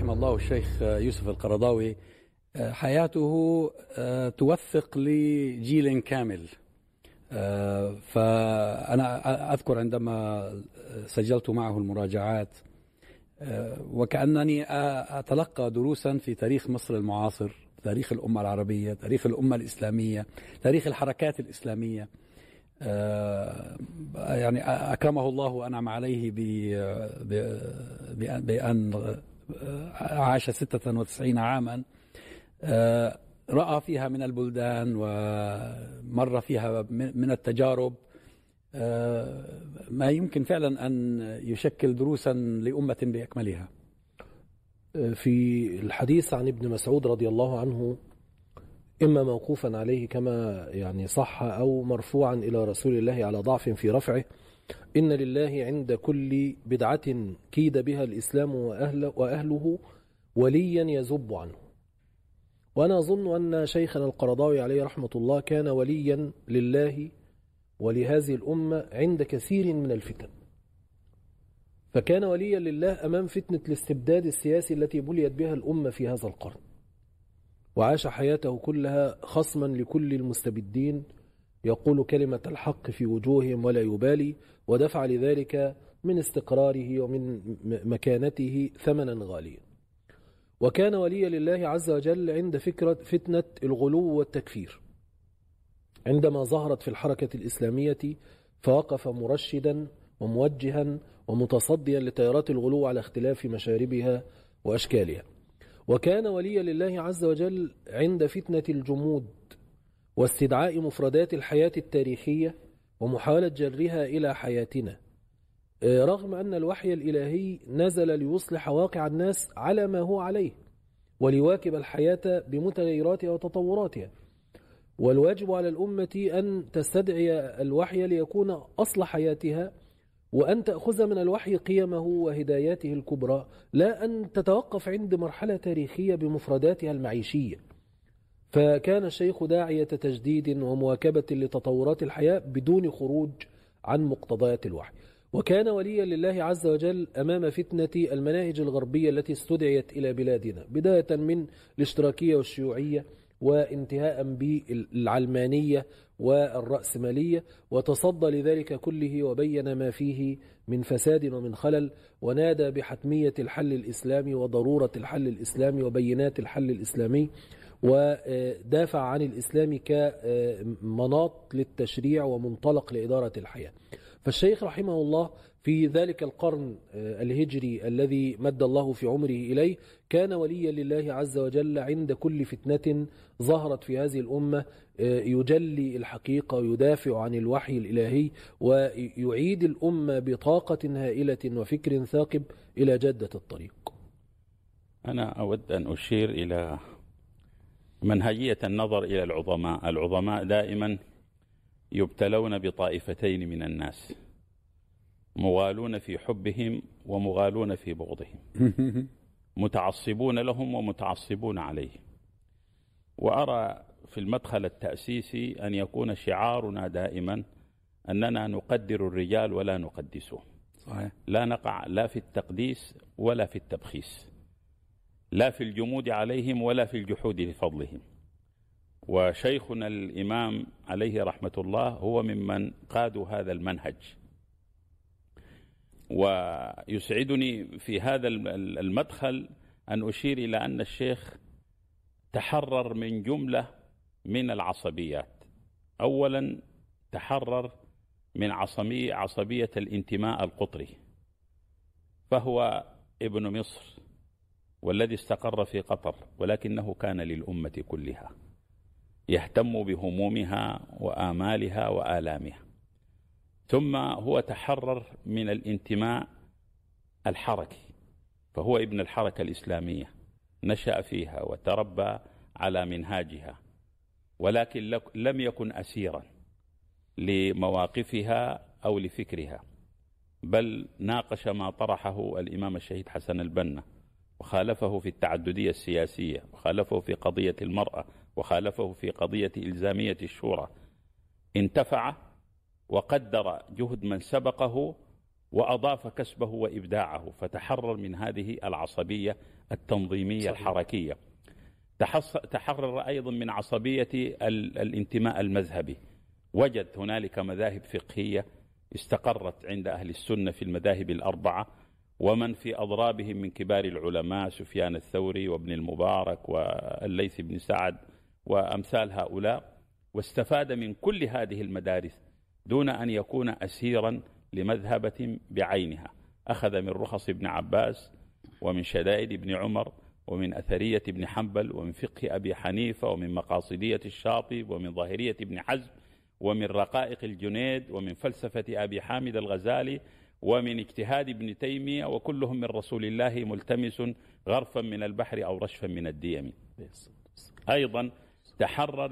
رحم الله الشيخ يوسف القرضاوي حياته توثق لجيل كامل. فأنا أذكر عندما سجلت معه المراجعات وكأنني أتلقى دروسا في تاريخ مصر المعاصر، تاريخ الأمة العربية، تاريخ الأمة الإسلامية، تاريخ الحركات الإسلامية. يعني أكرمه الله وأنعم عليه بأن عاش 96 عاما رأى فيها من البلدان ومر فيها من التجارب ما يمكن فعلا أن يشكل دروسا لأمة بأكملها. في الحديث عن ابن مسعود رضي الله عنه، إما موقوفا عليه كما يعني صح أو مرفوعا إلى رسول الله على ضعف في رفعه: إن لله عند كل بدعة كيد بها الإسلام وأهله وليا يزب عنه. وأنا أظن أن شيخنا القرضاوي عليه رحمة الله كان وليا لله ولهذه الأمة عند كثير من الفتن، فكان وليا لله أمام فتنة الاستبداد السياسي التي بليت بها الأمة في هذا القرن، وعاش حياته كلها خصما لكل المستبدين، يقول كلمة الحق في وجوههم ولا يبالي، ودفع لذلك من استقراره ومن مكانته ثمنا غاليا. وكان وليا لله عز وجل عند فتنة الغلو والتكفير عندما ظهرت في الحركة الإسلامية، فوقف مرشدا وموجها ومتصديا لتيارات الغلو على اختلاف مشاربها وأشكالها. وكان وليا لله عز وجل عند فتنة الجمود واستدعاء مفردات الحياة التاريخية ومحاولة جرها إلى حياتنا، رغم أن الوحي الإلهي نزل ليصلح واقع الناس على ما هو عليه وليواكب الحياة بمتغيراتها وتطوراتها. والواجب على الأمة أن تستدعي الوحي ليكون أصل حياتها، وأن تأخذ من الوحي قيمه وهداياته الكبرى، لا أن تتوقف عند مرحلة تاريخية بمفرداتها المعيشية. فكان الشيخ داعية تجديد ومواكبة لتطورات الحياة بدون خروج عن مقتضيات الوحي. وكان وليا لله عز وجل أمام فتنة المناهج الغربية التي استدعيت إلى بلادنا، بداية من الاشتراكية والشيوعية وانتهاء بالعلمانية والرأسمالية، وتصدى لذلك كله وبين ما فيه من فساد ومن خلل، ونادى بحتمية الحل الإسلامي وضرورة الحل الإسلامي وبينات الحل الإسلامي، ودافع عن الإسلام كمناط للتشريع ومنطلق لإدارة الحياة. فالشيخ رحمه الله في ذلك القرن الهجري الذي مد الله في عمره إليه كان وليا لله عز وجل عند كل فتنة ظهرت في هذه الأمة، يجلي الحقيقة ويدافع عن الوحي الإلهي ويعيد الأمة بطاقة هائلة وفكر ثاقب إلى جادة الطريق. أنا أود أن أشير إلى منهجية النظر إلى العظماء. العظماء دائما يبتلون بطائفتين من الناس: مغالون في حبهم ومغالون في بغضهم، متعصبون لهم ومتعصبون عليهم. وأرى في المدخل التأسيسي أن يكون شعارنا دائما أننا نقدر الرجال ولا نقدسهم. صحيح. لا نقع لا في التقديس ولا في التبخيس، لا في الجمود عليهم ولا في الجحود لفضلهم. وشيخنا الإمام عليه رحمة الله هو ممن قادوا هذا المنهج. ويسعدني في هذا المدخل أن أشير إلى أن الشيخ تحرر من جملة من العصبيات. أولا تحرر من عصبية الانتماء القطري، فهو ابن مصر والذي استقر في قطر، ولكنه كان للأمة كلها، يهتم بهمومها وآمالها وآلامها. ثم هو تحرر من الانتماء الحركي، فهو ابن الحركة الإسلامية، نشأ فيها وتربى على منهاجها، ولكن لم يكن أسيرا لمواقفها أو لفكرها، بل ناقش ما طرحه الإمام الشهيد حسن البنا، وخالفه في التعددية السياسية، وخالفه في قضية المرأة، وخالفه في قضية إلزامية الشورى. انتفع وقدر جهد من سبقه وأضاف كسبه وإبداعه، فتحرر من هذه العصبية التنظيمية الحركية. تحرر أيضا من عصبية الانتماء المذهبي، وجد هنالك مذاهب فقهية استقرت عند أهل السنة في المذاهب الأربعة، ومن في أضرابهم من كبار العلماء سفيان الثوري وابن المبارك والليث بن سعد وأمثال هؤلاء، واستفاد من كل هذه المدارس دون أن يكون أسيرا لمذهبة بعينها. أخذ من رخص ابن عباس ومن شدائد ابن عمر ومن أثرية ابن حنبل ومن فقه أبي حنيفة ومن مقاصدية الشاطب ومن ظاهرية ابن حزم ومن رقائق الجنيد ومن فلسفة أبي حامد الغزالي ومن اجتهاد ابن تيمية، وكلهم من رسول الله ملتمس غرفا من البحر أو رشفا من الديم. أيضا تحرر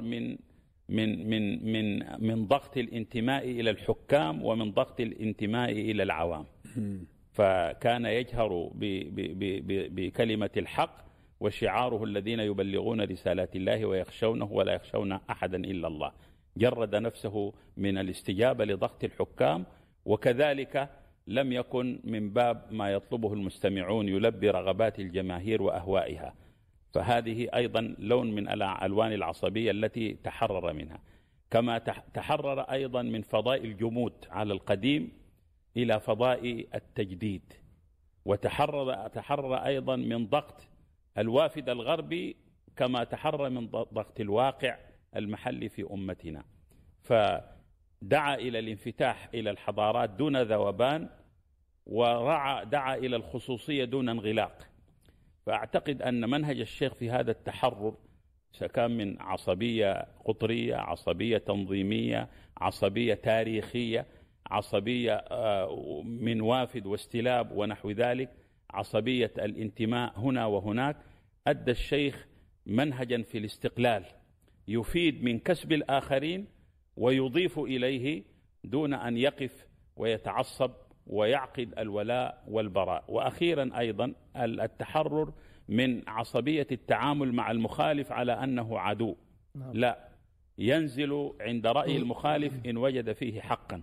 من ضغط الانتماء إلى الحكام ومن ضغط الانتماء إلى العوام، فكان يجهر بكلمة الحق وشعاره الذين يبلغون رسالات الله ويخشونه ولا يخشون أحدا إلا الله. جرد نفسه من الاستجابة لضغط الحكام، وكذلك لم يكن من باب ما يطلبه المستمعون يلبي رغبات الجماهير وأهوائها، فهذه أيضا لون من ألوان العصبية التي تحرر منها. كما تحرر أيضا من فضاء الجمود على القديم إلى فضاء التجديد، وتحرر أيضا من ضغط الوافد الغربي كما تحرر من ضغط الواقع المحلي في أمتنا، فدعا إلى الانفتاح إلى الحضارات دون ذوبان، ودعا إلى الخصوصية دون انغلاق. فأعتقد أن منهج الشيخ في هذا التحرر كان من عصبية قطرية، عصبية تنظيمية، عصبية تاريخية، عصبية من وافد واستلاب ونحو ذلك، عصبية الانتماء هنا وهناك، أدى الشيخ منهجا في الاستقلال يفيد من كسب الآخرين ويضيف إليه دون أن يقف ويتعصب ويعقد الولاء والبراء. وأخيرا أيضا التحرر من عصبية التعامل مع المخالف على أنه عدو، لا، ينزل عند رأي المخالف إن وجد فيه حقا،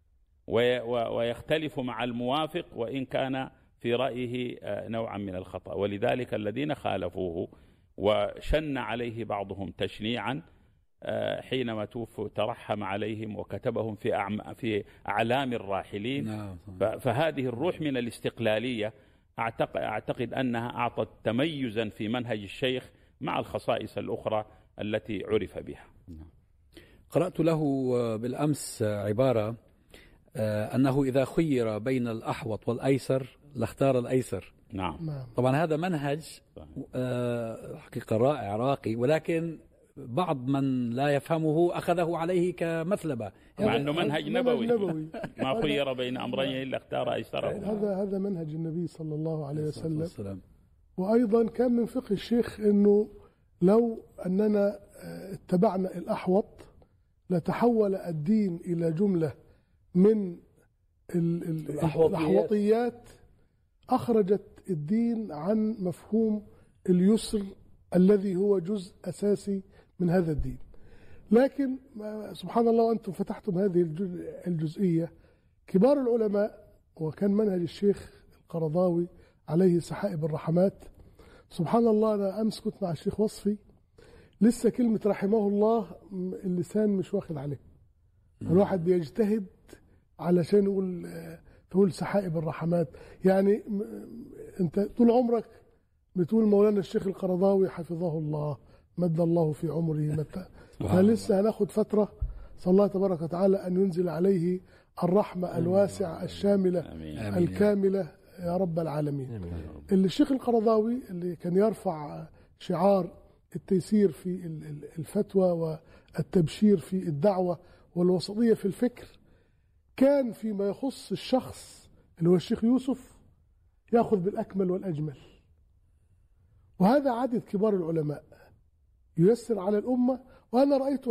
ويختلف مع الموافق وإن كان في رأيه نوعا من الخطأ. ولذلك الذين خالفوه وشن عليه بعضهم تشنيعا حينما توفوا ترحم عليهم وكتبهم في أعلام الراحلين. فهذه الروح من الاستقلالية أعتقد أنها أعطت تميزا في منهج الشيخ مع الخصائص الأخرى التي عرف بها. قرأت له بالأمس عبارة أنه إذا خير بين الأحوط والأيسر لاختار الأيسر. نعم. طبعا هذا منهج حقيقة رائع راقي، ولكن بعض من لا يفهمه أخذه عليه كمثلبة، مع أنه منهج نبوي. ما خير بين أمرين إلا اختار أيسره. هذا منهج النبي صلى الله عليه وسلم. وأيضا كان من فقه الشيخ أنه لو أننا اتبعنا الأحوط لتحول الدين إلى جملة من الأحوطيات أخرجت الدين عن مفهوم اليسر الذي هو جزء أساسي من هذا الدين. لكن سبحان الله وأنتم فتحتم هذه الجزئية، كبار العلماء، وكان منهج الشيخ القرضاوي عليه سحائب الرحمات. سبحان الله، أنا أمس كنت مع الشيخ وصفي، لسه كلمة رحمه الله اللسان مش واخد عليه، الواحد بيجتهد علشان تقول سحائب الرحمات. يعني أنت طول عمرك بتقول مولانا الشيخ القرضاوي حفظه الله مد الله في عمره فلسه هناخد فترة، صلى الله تبارك وتعالى أن ينزل عليه الرحمة الواسعة الشاملة الكاملة يا رب العالمين. اللي الشيخ القرضاوي اللي كان يرفع شعار التيسير في الفتوى والتبشير في الدعوة والوسطية في الفكر، كان فيما يخص الشخص اللي هو الشيخ يوسف يأخذ بالأكمل والأجمل. وهذا عادة كبار العلماء، ييسر على الأمة. وأنا رأيت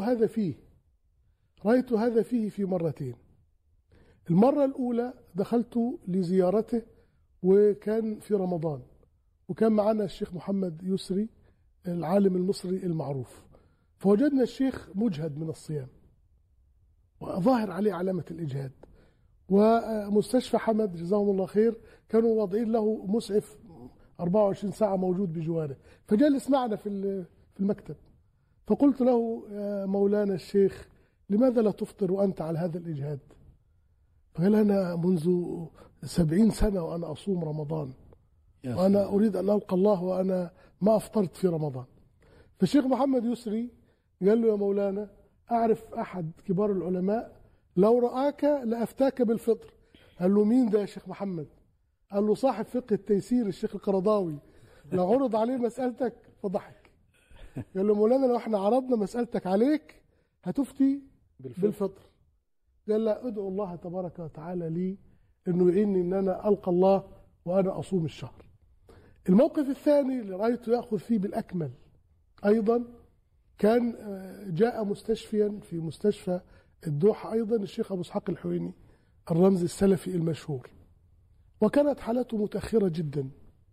هذا فيه في مرتين. المرة الأولى دخلت لزيارته وكان في رمضان، وكان معنا الشيخ محمد يسري العالم المصري المعروف، فوجدنا الشيخ مجهد من الصيام وظاهر عليه علامة الإجهاد، ومستشفى حمد جزاهم الله خير كانوا واضعين له مسعف 24 ساعة موجود بجواره، فجلس معنا في المكتب، فقلت له يا مولانا الشيخ لماذا لا تفطر وأنت على هذا الإجهاد؟ فقال أنا منذ 70 سنة وأنا أصوم رمضان وأنا أريد أن ألقى الله وأنا ما أفطرت في رمضان. فالشيخ محمد يسري قال له يا مولانا أعرف أحد كبار العلماء لو رآك لأفتاك بالفطر. قال له مين ده يا شيخ محمد؟ قال له صاحب فقه التيسير الشيخ القرضاوي، لو عرض عليه مسألتك فضحك. قال له مولانا لو احنا عرضنا مسألتك عليك هتفتي بالفطر. قال لا ادعو الله تبارك وتعالى لي انه يعيني ان انا القى الله وانا اصوم الشهر. الموقف الثاني اللي رايته ياخذ فيه بالاكمل ايضا كان جاء مستشفيا في مستشفى الدوحه ايضا الشيخ ابو اسحاق الحويني الرمز السلفي المشهور، وكانت حالته متاخره جدا،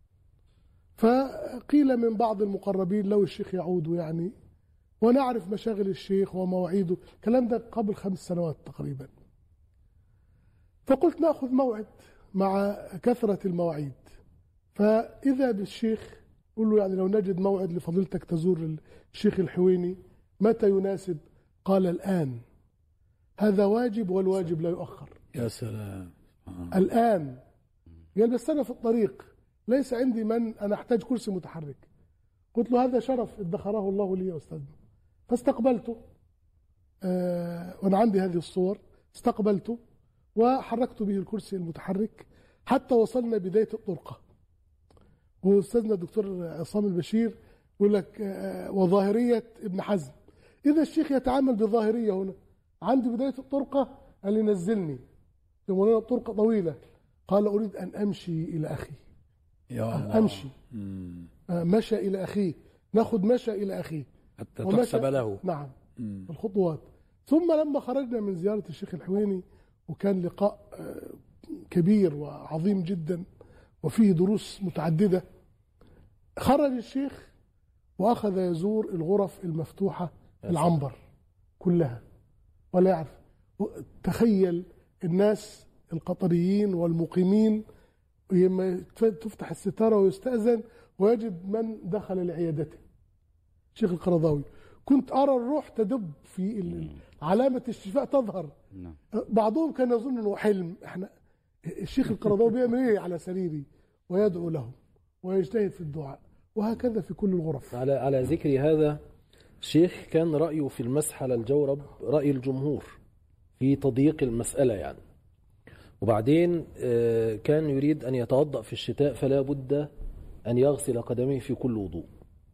فقيل من بعض المقربين لو الشيخ يعود يعني، ونعرف مشاغل الشيخ ومواعيده، الكلام ده قبل 5 سنوات تقريبا. فقلت ناخذ موعد مع كثرة المواعيد، فإذا بالشيخ قل له يعني لو نجد موعد لفضيلتك تزور الشيخ الحويني متى يناسب؟ قال الآن، هذا واجب والواجب لا يؤخر. يا سلام. الآن. قال بس أنا في الطريق ليس عندي أنا أحتاج كرسي متحرك. قلت له هذا شرف ادخره الله لي يا أستاذنا. فاستقبلته وأنا عندي هذه الصور، استقبلته وحركت به الكرسي المتحرك حتى وصلنا بداية الطرقة. وأستاذنا الدكتور عصام البشير يقول لك وظاهرية ابن حزم، إذا الشيخ يتعامل بظاهرية هنا عند بداية الطرقة قال لي نزلني، لأن الطرقة طويلة، قال أريد أن أمشي إلى أخي. يا الله. أمشي. مشى إلى أخيه، ناخذ مشى إلى أخيه حتى تحسب له. نعم. الخطوات. ثم لما خرجنا من زيارة الشيخ الحويني وكان لقاء كبير وعظيم جدا وفيه دروس متعددة، خرج الشيخ وأخذ يزور الغرف المفتوحة العنبر كلها ولا يعرف. تخيل الناس القطريين والمقيمين لما تفتح الستارة ويستأذن ويجد من دخل لعيادته الشيخ القرضاوي، كنت أرى الروح تدب في علامة الشفاء تظهر. بعضهم كان يظن أنه حلم، احنا الشيخ القرضاوي بيعمل ايه على سريري ويدعو لهم ويجتهد في الدعاء، وهكذا في كل الغرف. على ذكر هذا الشيخ كان رأيه في المسح على الجورب رأي الجمهور في تضييق المسألة يعني، وبعدين كان يريد أن يتوضأ في الشتاء فلا بد أن يغسل قدميه في كل وضوء،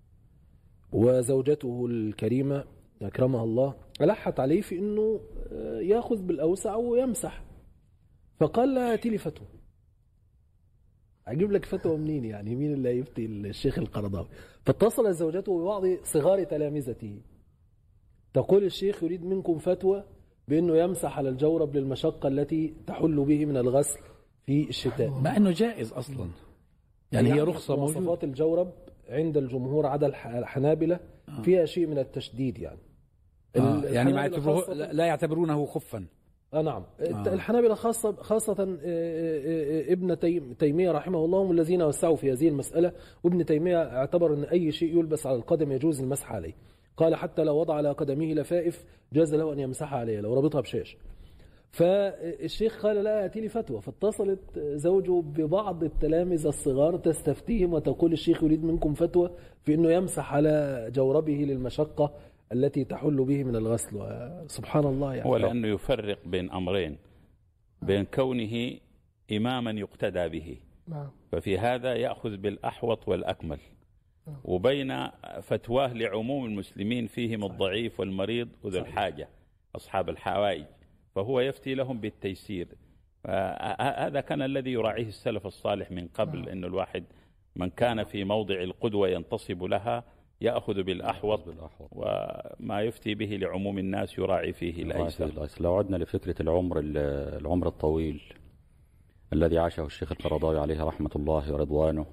وزوجته الكريمة أكرمها الله ألحت عليه في أنه يأخذ بالأوسع ويمسح، فقال لها هاتي لي فتوى. أجيب لك فتوى منين يعني؟ مين اللي يفتي الشيخ القرضاوي؟ فاتصل زوجته ببعض صغار تلامذته تقول الشيخ يريد منكم فتوى بأنه يمسح على الجورب للمشقة التي تحل به من الغسل في الشتاء، مع أنه جائز أصلا، يعني هي رخصة موجودة. مواصفات الجورب عند الجمهور عدا الحنابلة فيها شيء من التشديد يعني. يعني ما يعتبروه لا يعتبرونه خفا. نعم. الحنابلة خاصة ابن تيمية رحمه الله هم الذين وسعوا في هذه المسألة، وابن تيمية اعتبر أن أي شيء يلبس على القدم يجوز المسح عليه، قال حتى لو وضع على قدمه لفائف جاز له أن يمسحها عليه لو ربطها بشاش. فالشيخ قال لا أتي لي فتوى، فاتصلت زوجه ببعض التلامذة الصغار تستفتيهم وتقول الشيخ يريد منكم فتوى في أنه يمسح على جوربه للمشقة التي تحل به من الغسل. سبحان الله يعني. ولأنه يفرق بين أمرين، بين كونه إماما يقتدى به ففي هذا يأخذ بالأحوط والأكمل، وبين فتواه لعموم المسلمين فيهم الضعيف والمريض وذو الحاجة أصحاب الحوائج، فهو يفتي لهم بالتيسير. هذا كان الذي يراعيه السلف الصالح من قبل، أن الواحد من كان في موضع القدوة ينتصب لها يأخذ بالأحوط وما يفتي به لعموم الناس يراعي فيه الأيسر. لو عدنا لفكرة العمر الطويل الذي عاشه الشيخ القرضاوي عليه رحمة الله ورضوانه،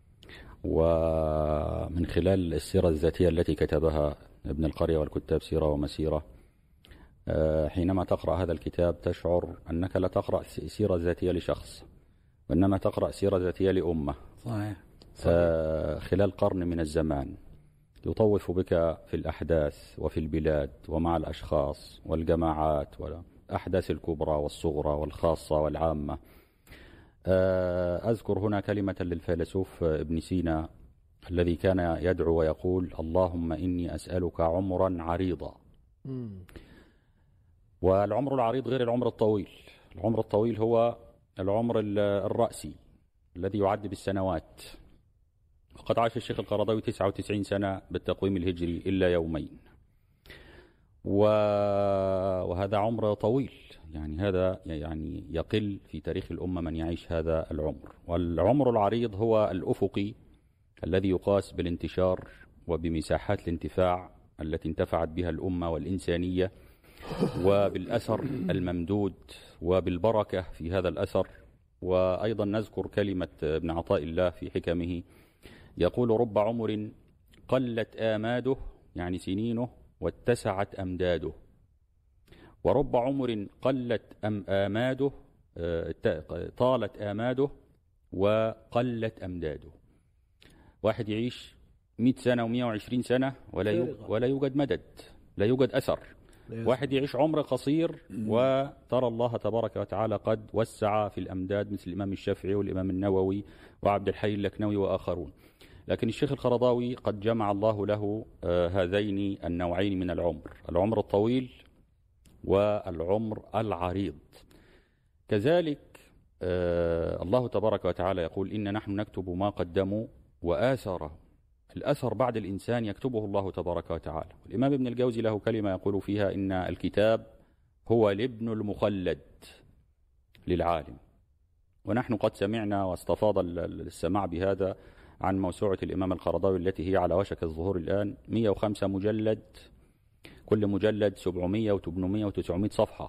ومن خلال السيرة الذاتية التي كتبها ابن القرية والكتاب سيرة ومسيرة، حينما تقرأ هذا الكتاب تشعر أنك لا تقرأ سيرة ذاتية لشخص، وإنما تقرأ سيرة ذاتية لأمة. صحيح. خلال قرن من الزمان يطوف بك في الأحداث وفي البلاد ومع الأشخاص والجماعات والأحداث الكبرى والصغرى والخاصة والعامة. أذكر هنا كلمة للفيلسوف ابن سينا الذي كان يدعو ويقول: اللهم إني أسألك عمرا عريضا. والعمر العريض غير العمر الطويل. العمر الطويل هو العمر الرأسي الذي يعد بالسنوات، وقد عاش الشيخ القرضاوي 99 سنة بالتقويم الهجري إلا يومين، وهذا عمر طويل. يعني هذا يعني يقل في تاريخ الأمة من يعيش هذا العمر. والعمر العريض هو الأفقي الذي يقاس بالانتشار وبمساحات الانتفاع التي انتفعت بها الأمة والإنسانية، وبالأثر الممدود وبالبركة في هذا الأثر. وأيضا نذكر كلمة ابن عطاء الله في حكمه، يقول: رب عمر قلت آماده، يعني سنينه، واتسعت أمداده. ورب عمر قلت آماده، طالت آماده وقلت أمداده. واحد يعيش 100 سنة و120 سنة ولا يوجد مدد، لا يوجد أثر. واحد يعيش عمر قصير وترى الله تبارك وتعالى قد وسع في الأمداد، مثل الإمام الشافعي والإمام النووي وعبد الحي اللكنوي وآخرون. لكن الشيخ القرضاوي قد جمع الله له هذين النوعين من العمر: العمر الطويل والعمر العريض. كذلك الله تبارك وتعالى يقول: إن نحن نكتب ما قدموا وآثارهم. الأثر بعد الإنسان يكتبه الله تبارك وتعالى. الإمام ابن الجوزي له كلمة يقول فيها: إن الكتاب هو الابن المخلد للعالم. ونحن قد سمعنا واستفاض السماع بهذا عن موسوعة الإمام القرضاوي التي هي على وشك الظهور الآن، 105 مجلد، كل مجلد 700 و800 و900 صفحة،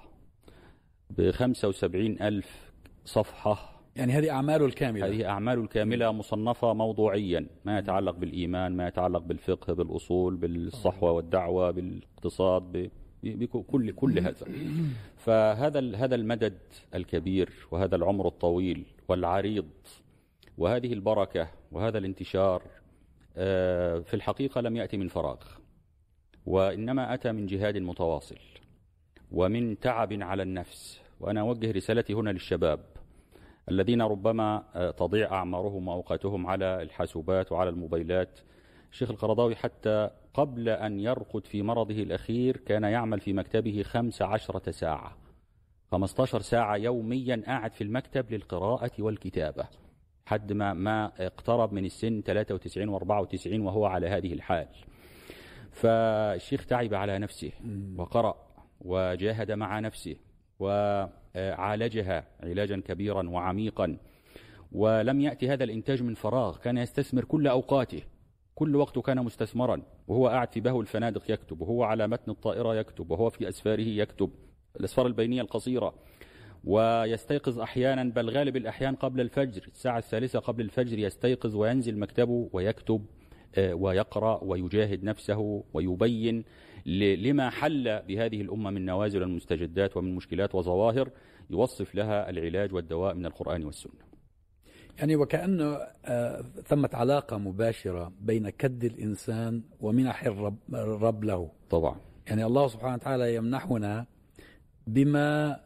ب75,000 صفحة. يعني هذه أعماله الكاملة. هذه أعماله الكاملة مصنفة موضوعيا، ما يتعلق بالإيمان، ما يتعلق بالفقه، بالأصول، بالصحوة والدعوة، بالاقتصاد، بكل هذا. فهذا المدد الكبير وهذا العمر الطويل والعريض وهذه البركة وهذا الانتشار في الحقيقة لم يأتي من فراغ، وإنما أتى من جهاد متواصل ومن تعب على النفس. وأنا أوجه رسالتي هنا للشباب الذين ربما تضيع أعمارهم وأوقاتهم على الحاسوبات وعلى الموبايلات. الشيخ القرضاوي حتى قبل أن يرقد في مرضه الأخير كان يعمل في مكتبه 15 ساعة، 15 ساعة يوميا قاعد في المكتب للقراءة والكتابة، حد ما اقترب من السن 93 و94 وهو على هذه الحال. فالشيخ تعب على نفسه وقرأ وجاهد مع نفسه وعالجها علاجا كبيرا وعميقا، ولم يأتي هذا الإنتاج من فراغ. كان يستثمر كل أوقاته، كل وقته كان مستثمرا، وهو قاعد في بهو الفنادق يكتب، وهو على متن الطائرة يكتب، وهو في أسفاره يكتب الأسفار البينية القصيرة، ويستيقظ أحيانا، بل غالب الأحيان قبل الفجر، الساعة 3 قبل الفجر يستيقظ وينزل مكتبه ويكتب ويقرأ ويجاهد نفسه ويبين لما حل بهذه الأمة من نوازل المستجدات ومن مشكلات وظواهر، يوصف لها العلاج والدواء من القرآن والسنة. يعني وكأنه ثمة علاقة مباشرة بين كد الإنسان ومنح الرب له. طبعا. يعني الله سبحانه وتعالى يمنحنا بما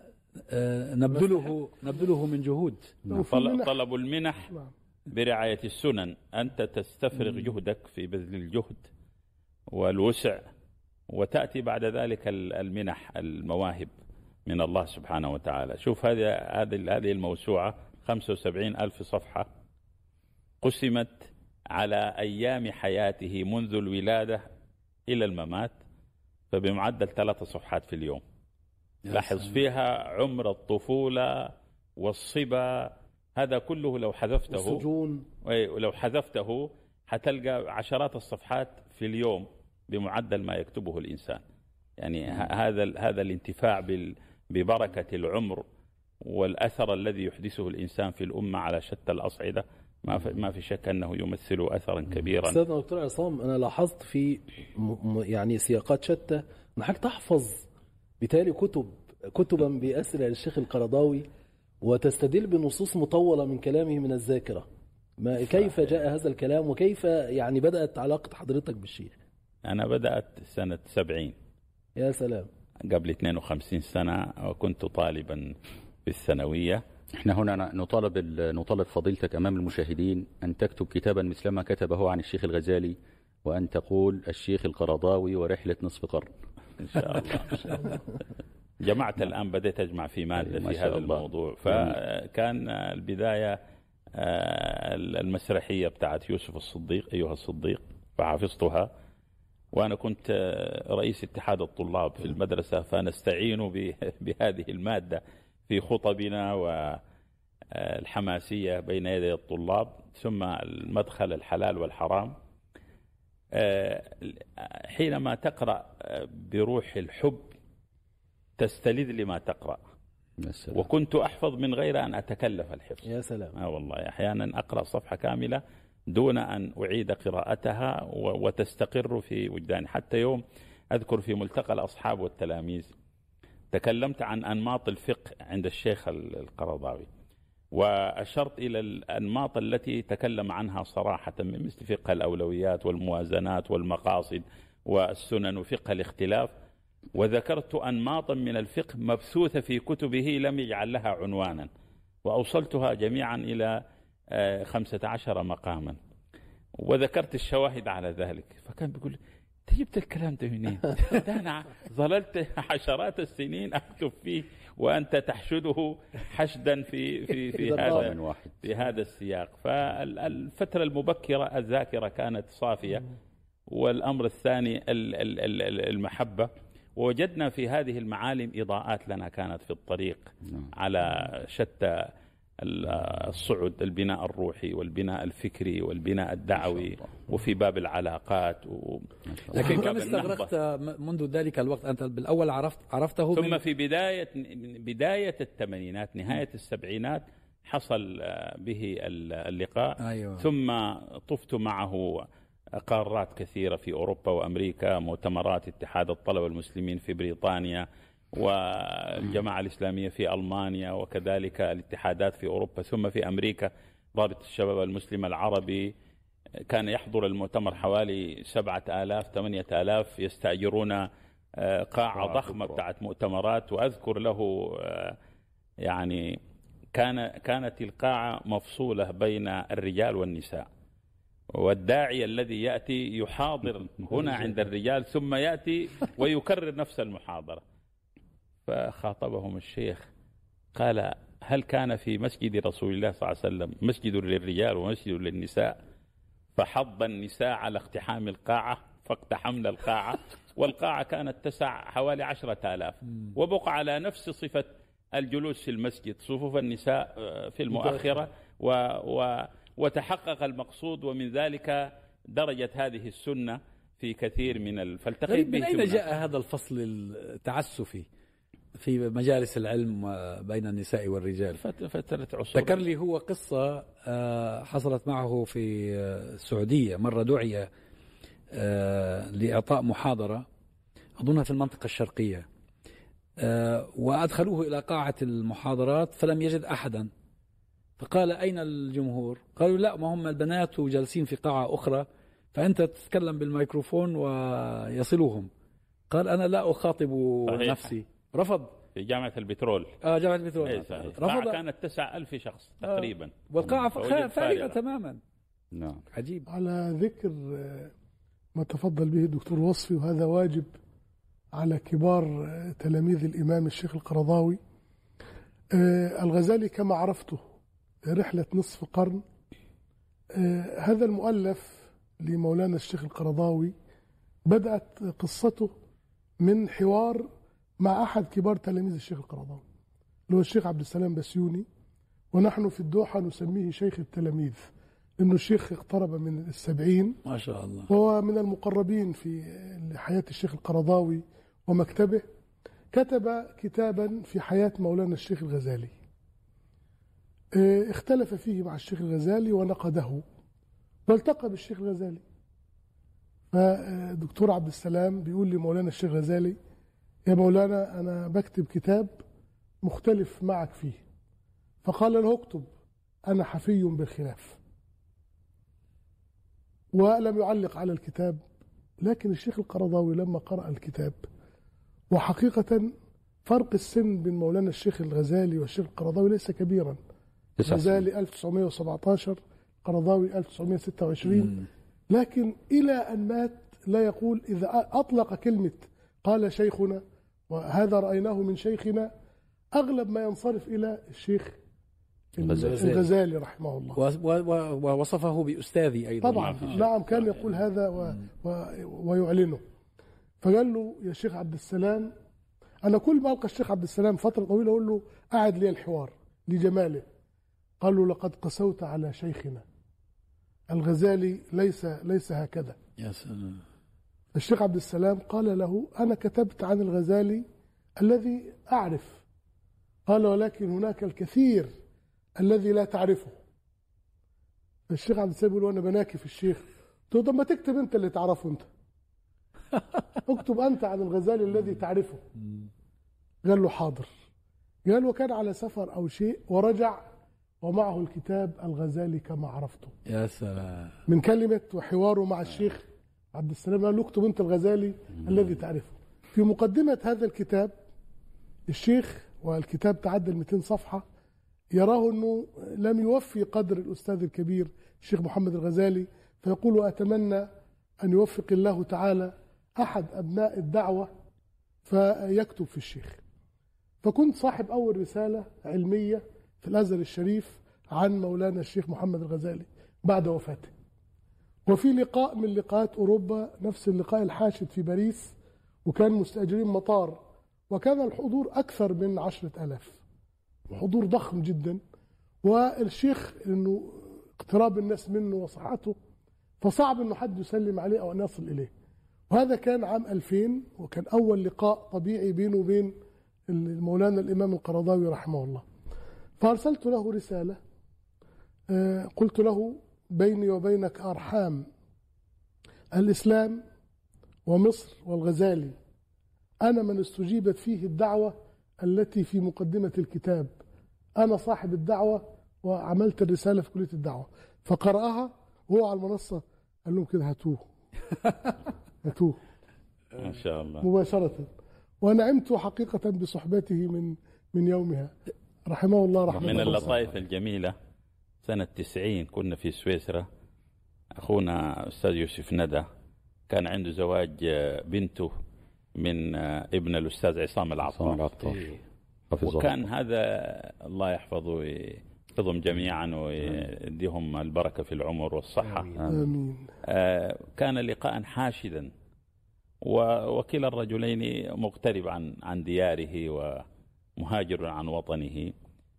نبذله من جهود. طلب المنح برعاية السنن. أنت تستفرغ جهدك في بذل الجهد والوسع، وتأتي بعد ذلك المنح، المواهب من الله سبحانه وتعالى. شوف هذه الموسوعة 75,000 صفحة، قسمت على أيام حياته منذ الولادة إلى الممات، فبمعدل 3 صفحات في اليوم. لاحظ فيها عمر الطفولة والصبا، هذا كله لو حذفته السجون، ولو حذفته حتلقى عشرات الصفحات في اليوم بمعدل ما يكتبه الإنسان. يعني هذا الانتفاع ببركة العمر والأثر الذي يحدثه الإنسان في الأمة على شتى الأصعدة ما في شك أنه يمثل أثرا كبيرا. أستاذنا دكتور عصام، أنا لاحظت في يعني سياقات شتى أنك تحفظ بالتالي كتبا بأسرع الشيخ القرضاوي، وتستدل بنصوص مطولة من كلامه من الذاكرة. كيف جاء هذا الكلام، وكيف يعني بدأت علاقة حضرتك بالشيخ؟ أنا بدأت سنة 70. يا سلام. قبل 52 سنة، وكنت طالبا في الثانوية. احنا هنا نطالب فضيلتك أمام المشاهدين أن تكتب كتابا مثلما كتبه عن الشيخ الغزالي، وأن تقول الشيخ القرضاوي ورحلة نصف قرن. إن شاء الله. إن شاء الله. جمعت الآن، بديت أجمع في مادة في هذا الموضوع. فكان البداية المسرحية بتاعت يوسف الصديق، أيها الصديق، فحفظتها. وأنا كنت رئيس اتحاد الطلاب في المدرسة، فنستعين بهذه المادة في خطبنا والحماسية بين يدي الطلاب. ثم المدخل الحلال والحرام. حينما تقرأ بروح الحب تستلذ لما تقرأ. وكنت أحفظ من غير أن أتكلف الحفظ. يا سلام. والله أحيانا أقرأ صفحة كاملة دون أن أعيد قراءتها وتستقر في وجداني. حتى يوم أذكر في ملتقى الأصحاب والتلاميذ تكلمت عن أنماط الفقه عند الشيخ القرضاوي، وأشرت إلى الأنماط التي تكلم عنها صراحة، مثل فقه الأولويات والموازنات والمقاصد والسنن وفقه الاختلاف. وذكرت أنماطا من الفقه مبثوثة في كتبه لم يجعل لها عنوانا، وأوصلتها جميعا إلى 15 مقاما، وذكرت الشواهد على ذلك. فكان بيقول انت جبت الكلام ده منين؟ ده أنا ظللت عشرات السنين أكتب فيه وأنت تحشده حشدا في هذا السياق. فالفترة المبكرة الذاكرة كانت صافية. والأمر الثاني المحبة. ووجدنا في هذه المعالم إضاءات لنا كانت في الطريق على شتى الصعد، البناء الروحي والبناء الفكري والبناء الدعوي، وفي باب العلاقات لكن كم استغرقت منذ ذلك الوقت؟ أنت بالأول عرفته ثم في بداية الثمانينات نهاية السبعينات حصل به اللقاء. أيوة. ثم طفت معه قارات كثيرة في أوروبا وأمريكا، مؤتمرات اتحاد الطلبة المسلمين في بريطانيا، والجماعة الإسلامية في ألمانيا، وكذلك الاتحادات في أوروبا. ثم في أمريكا رابطة الشباب المسلم العربي كان يحضر المؤتمر حوالي 7,000 8,000 يستأجرون قاعة ضخمة بتاعت مؤتمرات. وأذكر له يعني كانت القاعة مفصولة بين الرجال والنساء، والداعي الذي يأتي يحاضر هنا عند الرجال ثم يأتي ويكرر نفس المحاضرة. فخاطبهم الشيخ قال هل كان في مسجد رسول الله صلى الله عليه وسلم مسجد للرجال ومسجد للنساء؟ فحض النساء على اقتحام القاعة فاقتحمنا القاعة، والقاعة كانت تسع حوالي 10,000، وبقى على نفس صفة الجلوس في المسجد، صفوف النساء في المؤخرة، وتحقق المقصود. ومن ذلك درجة هذه السنة في كثير فالتقيت به. من أين جاء هذا الفصل التعسفي في مجالس العلم بين النساء والرجال؟ فترة عصور. ذكر لي هو قصة حصلت معه في السعودية. مرة دعي لإعطاء محاضرة أظنها في المنطقة الشرقية، وأدخلوه إلى قاعة المحاضرات فلم يجد أحدا، فقال أين الجمهور؟ قالوا لا، ما هم البنات وجالسين في قاعة أخرى، فأنت تتكلم بالميكروفون ويصلوهم. قال أنا لا أخاطب نفسي. رفض. في جامعة البترول. جامعة البترول. رفض. كانت 9,000 شخص تقريبا. والقاعة فارغة تماما. نعم. عجيب. على ذكر ما تفضل به الدكتور وصفي، وهذا واجب على كبار تلاميذ الإمام الشيخ القرضاوي، الغزالي كما عرفته رحلة نصف قرن، هذا المؤلف لمولانا الشيخ القرضاوي بدأت قصته من حوار مع أحد كبار تلاميذ الشيخ القرضاوي اللي هو الشيخ عبد السلام بسيوني، ونحن في الدوحة نسميه شيخ التلاميذ لأنه الشيخ اقترب من 70 ما شاء الله، وهو من المقربين في حياة الشيخ القرضاوي ومكتبه. كتب كتابا في حياة مولانا الشيخ الغزالي، اختلف فيه مع الشيخ الغزالي ونقده، والتقى بالشيخ الغزالي. فدكتور عبد السلام بيقول لمولانا الشيخ الغزالي يا مولانا أنا بكتب كتاب مختلف معك فيه. فقال له اكتب أنا حفي بالخلاف، ولم يعلق على الكتاب. لكن الشيخ القرضاوي لما قرأ الكتاب، وحقيقة فرق السن بين مولانا الشيخ الغزالي والشيخ القرضاوي ليس كبيرا. الغزالي 1917، القرضاوي 1926، لكن إلى أن مات لا يقول. إذا أطلق كلمة قال شيخنا وهذا رأيناه من شيخنا، أغلب ما ينصرف إلى الشيخ الغزالي رحمه الله، ووصفه بأستاذي أيضا. طبعا نعم، كان يقول هذا ويعلنه. فقال له يا شيخ عبد السلام، أنا كل ما ألقى الشيخ عبد السلام فترة طويلة أقول له أعد لي الحوار لجماله. قال له لقد قسوت على شيخنا الغزالي، ليس هكذا. يا سلام. الشيخ عبد السلام قال له أنا كتبت عن الغزالي الذي أعرف. قال ولكن هناك الكثير الذي لا تعرفه. الشيخ عبد السلام يقول وأنا بناكي في الشيخ، قلت له طب ما تكتب أنت اللي تعرفه أنت، اكتب أنت عن الغزالي الذي تعرفه. قال له حاضر. قال وكان على سفر أو شيء ورجع ومعه الكتاب الغزالي كما عرفته. يا سلام. من كلمة وحواره مع الشيخ عبد السلام قال له اكتب أنت الغزالي الذي تعرفه. في مقدمة هذا الكتاب الشيخ، والكتاب تعدى 200 صفحة، يراه أنه لم يوفي قدر الأستاذ الكبير الشيخ محمد الغزالي، فيقول وأتمنى أن يوفق الله تعالى أحد أبناء الدعوة فيكتب في الشيخ. فكنت صاحب أول رسالة علمية في الأزهر الشريف عن مولانا الشيخ محمد الغزالي بعد وفاته. وفي لقاء من لقاءات أوروبا، نفس اللقاء الحاشد في باريس، وكان مستأجرين مطار، وكان الحضور أكثر من 10,000، حضور ضخم جدا. والشيخ إنه اقتراب الناس منه وصحته، فصعب إنه حد يسلم عليه أو أن يصل إليه. وهذا كان عام 2000، وكان أول لقاء طبيعي بينه وبين مولانا الإمام القرضاوي رحمه الله. فأرسلت له رسالة، قلت له بيني وبينك أرحام الإسلام ومصر والغزالي، أنا من استجيبت فيه الدعوة التي في مقدمة الكتاب، أنا صاحب الدعوة وعملت الرسالة في كلية الدعوة. فقرأها وهو على المنصة قال لهم كده هاتوه هاتوه ما شاء الله مباشرة. ونعمت حقيقة بصحبته من يومها رحمه الله رحمه الله. من اللطائف الجميلة سنة 90 كنا في سويسرا، أخونا أستاذ يوسف ندى كان عنده زواج بنته من ابن الأستاذ عصام العطار، وكان هذا الله يحفظه ويحفظهم جميعا ويديهم البركة في العمر والصحة. آمين. كان لقاء حاشدا، وكلا الرجلين مغترب عن دياره ومهاجر عن وطنه،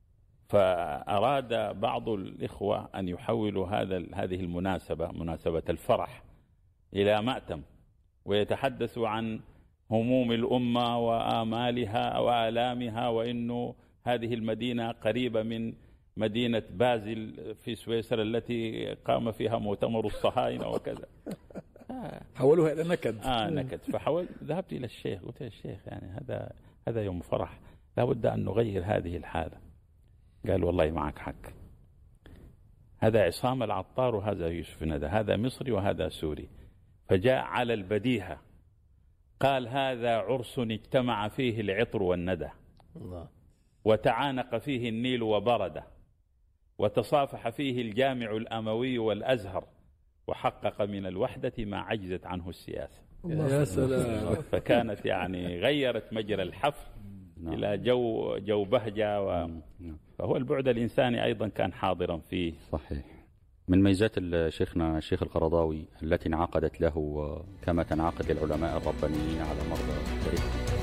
فأراد بعض الإخوة أن يحولوا هذه المناسبة، مناسبة الفرح، إلى مأتم، ويتحدثوا عن هموم الأمة وآمالها وآلامها، وإنه هذه المدينة قريبة من مدينة بازل في سويسرا التي قام فيها مؤتمر الصهاينة وكذا. حولوها إلى نكد. نكد. ذهبت إلى الشيخ قلت يا الشيخ يعني هذا يوم فرح، لا بد أن نغير هذه الحالة. قال والله معك حق، هذا عصام العطار وهذا يوسف ندى، هذا مصري وهذا سوري. فجاء على البديهة قال هذا عرس اجتمع فيه العطر والندى، وتعانق فيه النيل وبرده، وتصافح فيه الجامع الأموي والأزهر، وحقق من الوحدة ما عجزت عنه السياسة. يا سلام. فكانت يعني غيرت مجرى الحفل إلى جو بهجة، فهو البعد الإنساني أيضا كان حاضرا فيه. صحيح. من ميزات شيخنا الشيخ القرضاوي التي انعقدت له كما تنعقد للعلماء الربانيين على مر التاريخ